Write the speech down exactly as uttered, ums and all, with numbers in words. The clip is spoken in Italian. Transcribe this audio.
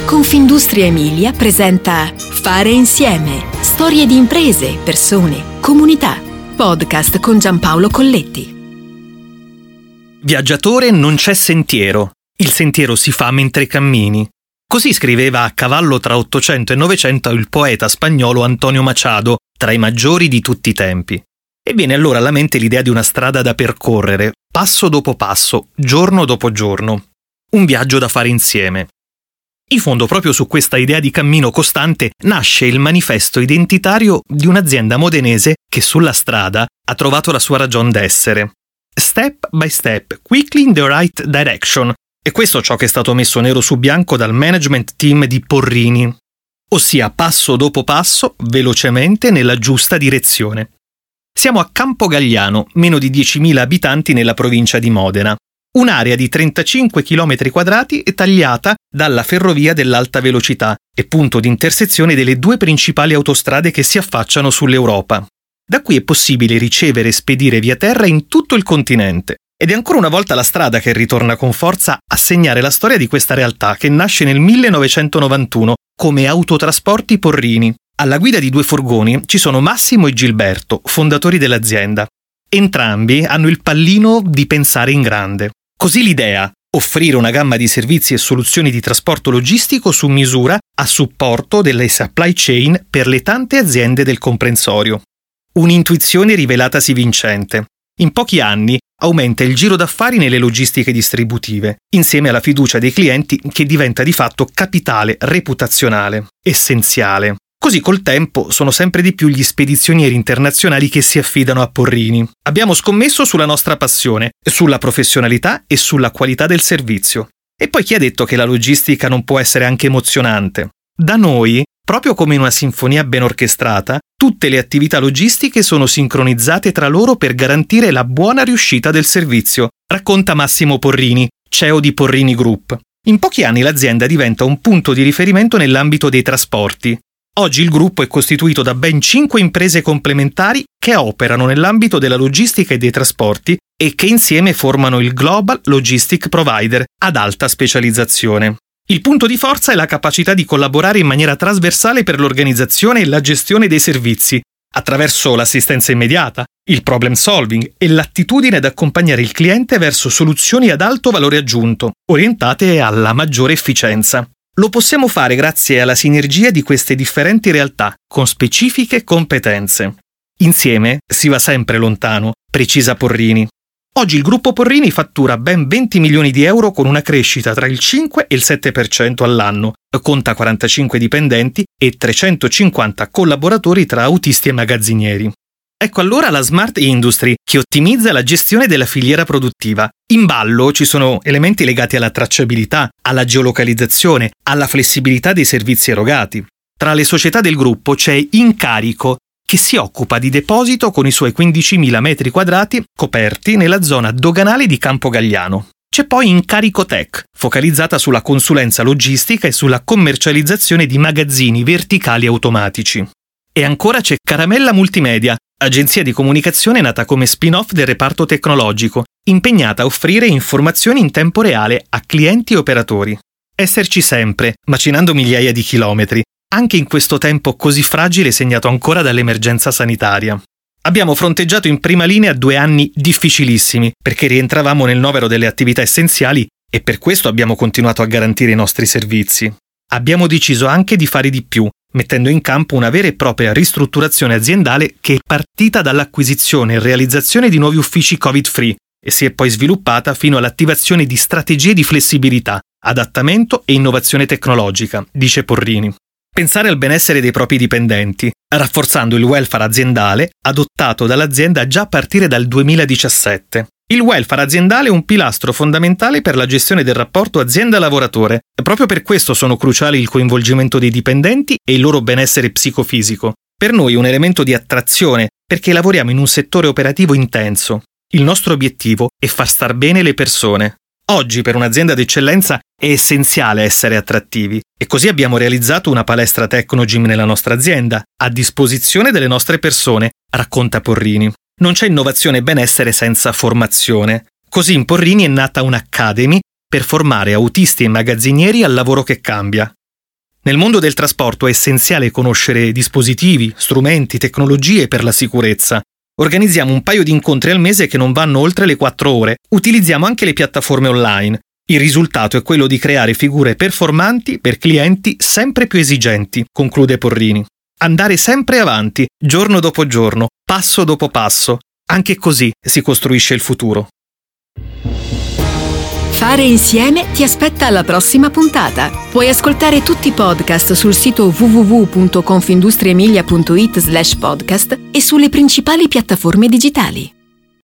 Confindustria Emilia presenta Fare insieme. Storie di imprese, persone, comunità. Podcast con Giampaolo Colletti. Viaggiatore, non c'è sentiero. Il sentiero si fa mentre cammini. Così scriveva a cavallo tra Ottocento e Novecento il poeta spagnolo Antonio Machado, tra i maggiori di tutti i tempi. E viene allora alla mente l'idea di una strada da percorrere, passo dopo passo, giorno dopo giorno. Un viaggio da fare insieme. In fondo, proprio su questa idea di cammino costante nasce il manifesto identitario di un'azienda modenese che sulla strada ha trovato la sua ragion d'essere. Step by step, quickly in the right direction. E questo è ciò che è stato messo nero su bianco dal management team di Porrini. Ossia passo dopo passo, velocemente nella giusta direzione. Siamo a Campogalliano, meno di diecimila abitanti nella provincia di Modena. Un'area di trentacinque chilometri quadrati è tagliata dalla ferrovia dell'alta velocità e punto di intersezione delle due principali autostrade che si affacciano sull'Europa. Da qui è possibile ricevere e spedire via terra in tutto il continente. Ed è ancora una volta la strada che ritorna con forza a segnare la storia di questa realtà che nasce nel millenovecentonovantuno come Autotrasporti Porrini. Alla guida di due furgoni ci sono Massimo e Gilberto, fondatori dell'azienda. Entrambi hanno il pallino di pensare in grande. Così l'idea, offrire una gamma di servizi e soluzioni di trasporto logistico su misura a supporto delle supply chain per le tante aziende del comprensorio. Un'intuizione rivelatasi vincente. In pochi anni aumenta il giro d'affari nelle logistiche distributive, insieme alla fiducia dei clienti che diventa di fatto capitale reputazionale, essenziale. Così col tempo sono sempre di più gli spedizionieri internazionali che si affidano a Porrini. Abbiamo scommesso sulla nostra passione, sulla professionalità e sulla qualità del servizio. E poi chi ha detto che la logistica non può essere anche emozionante? Da noi, proprio come in una sinfonia ben orchestrata, tutte le attività logistiche sono sincronizzate tra loro per garantire la buona riuscita del servizio, racconta Massimo Porrini, C E O di Porrini Group. In pochi anni l'azienda diventa un punto di riferimento nell'ambito dei trasporti. Oggi il gruppo è costituito da ben cinque imprese complementari che operano nell'ambito della logistica e dei trasporti e che insieme formano il Global Logistic Provider ad alta specializzazione. Il punto di forza è la capacità di collaborare in maniera trasversale per l'organizzazione e la gestione dei servizi, attraverso l'assistenza immediata, il problem solving e l'attitudine ad accompagnare il cliente verso soluzioni ad alto valore aggiunto, orientate alla maggiore efficienza. Lo possiamo fare grazie alla sinergia di queste differenti realtà, con specifiche competenze. Insieme si va sempre lontano, precisa Porrini. Oggi il gruppo Porrini fattura ben venti milioni di euro con una crescita tra il cinque e il sette per cento all'anno, conta quarantacinque dipendenti e trecentocinquanta collaboratori tra autisti e magazzinieri. Ecco allora la Smart Industry che ottimizza la gestione della filiera produttiva. In ballo ci sono elementi legati alla tracciabilità, alla geolocalizzazione, alla flessibilità dei servizi erogati. Tra le società del gruppo c'è Incarico, che si occupa di deposito con i suoi quindicimila metri quadrati coperti nella zona doganale di Campogalliano. C'è poi Incarico Tech, focalizzata sulla consulenza logistica e sulla commercializzazione di magazzini verticali automatici. E ancora c'è Caramella Multimedia, agenzia di comunicazione nata come spin-off del reparto tecnologico, impegnata a offrire informazioni in tempo reale a clienti e operatori. Esserci sempre, macinando migliaia di chilometri, anche in questo tempo così fragile segnato ancora dall'emergenza sanitaria. Abbiamo fronteggiato in prima linea due anni difficilissimi, perché rientravamo nel novero delle attività essenziali e per questo abbiamo continuato a garantire i nostri servizi. Abbiamo deciso anche di fare di più, mettendo in campo una vera e propria ristrutturazione aziendale che è partita dall'acquisizione e realizzazione di nuovi uffici Covid-free e si è poi sviluppata fino all'attivazione di strategie di flessibilità, adattamento e innovazione tecnologica, dice Porrini. Pensare al benessere dei propri dipendenti, rafforzando il welfare aziendale adottato dall'azienda già a partire dal duemiladiciassette. Il welfare aziendale è un pilastro fondamentale per la gestione del rapporto azienda-lavoratore e proprio per questo sono cruciali il coinvolgimento dei dipendenti e il loro benessere psicofisico. Per noi è un elemento di attrazione perché lavoriamo in un settore operativo intenso. Il nostro obiettivo è far star bene le persone. Oggi per un'azienda d'eccellenza è essenziale essere attrattivi e così abbiamo realizzato una palestra Tecnogym nella nostra azienda, a disposizione delle nostre persone, racconta Porrini. Non c'è innovazione e benessere senza formazione. Così in Porrini è nata un'Academy per formare autisti e magazzinieri al lavoro che cambia. Nel mondo del trasporto è essenziale conoscere dispositivi, strumenti, tecnologie per la sicurezza. Organizziamo un paio di incontri al mese che non vanno oltre le quattro ore. Utilizziamo anche le piattaforme online. Il risultato è quello di creare figure performanti per clienti sempre più esigenti, conclude Porrini. Andare sempre avanti, giorno dopo giorno, passo dopo passo. Anche così si costruisce il futuro. Fare insieme ti aspetta alla prossima puntata. Puoi ascoltare tutti i podcast sul sito w w w punto confindustriemilia punto it slash podcast e sulle principali piattaforme digitali.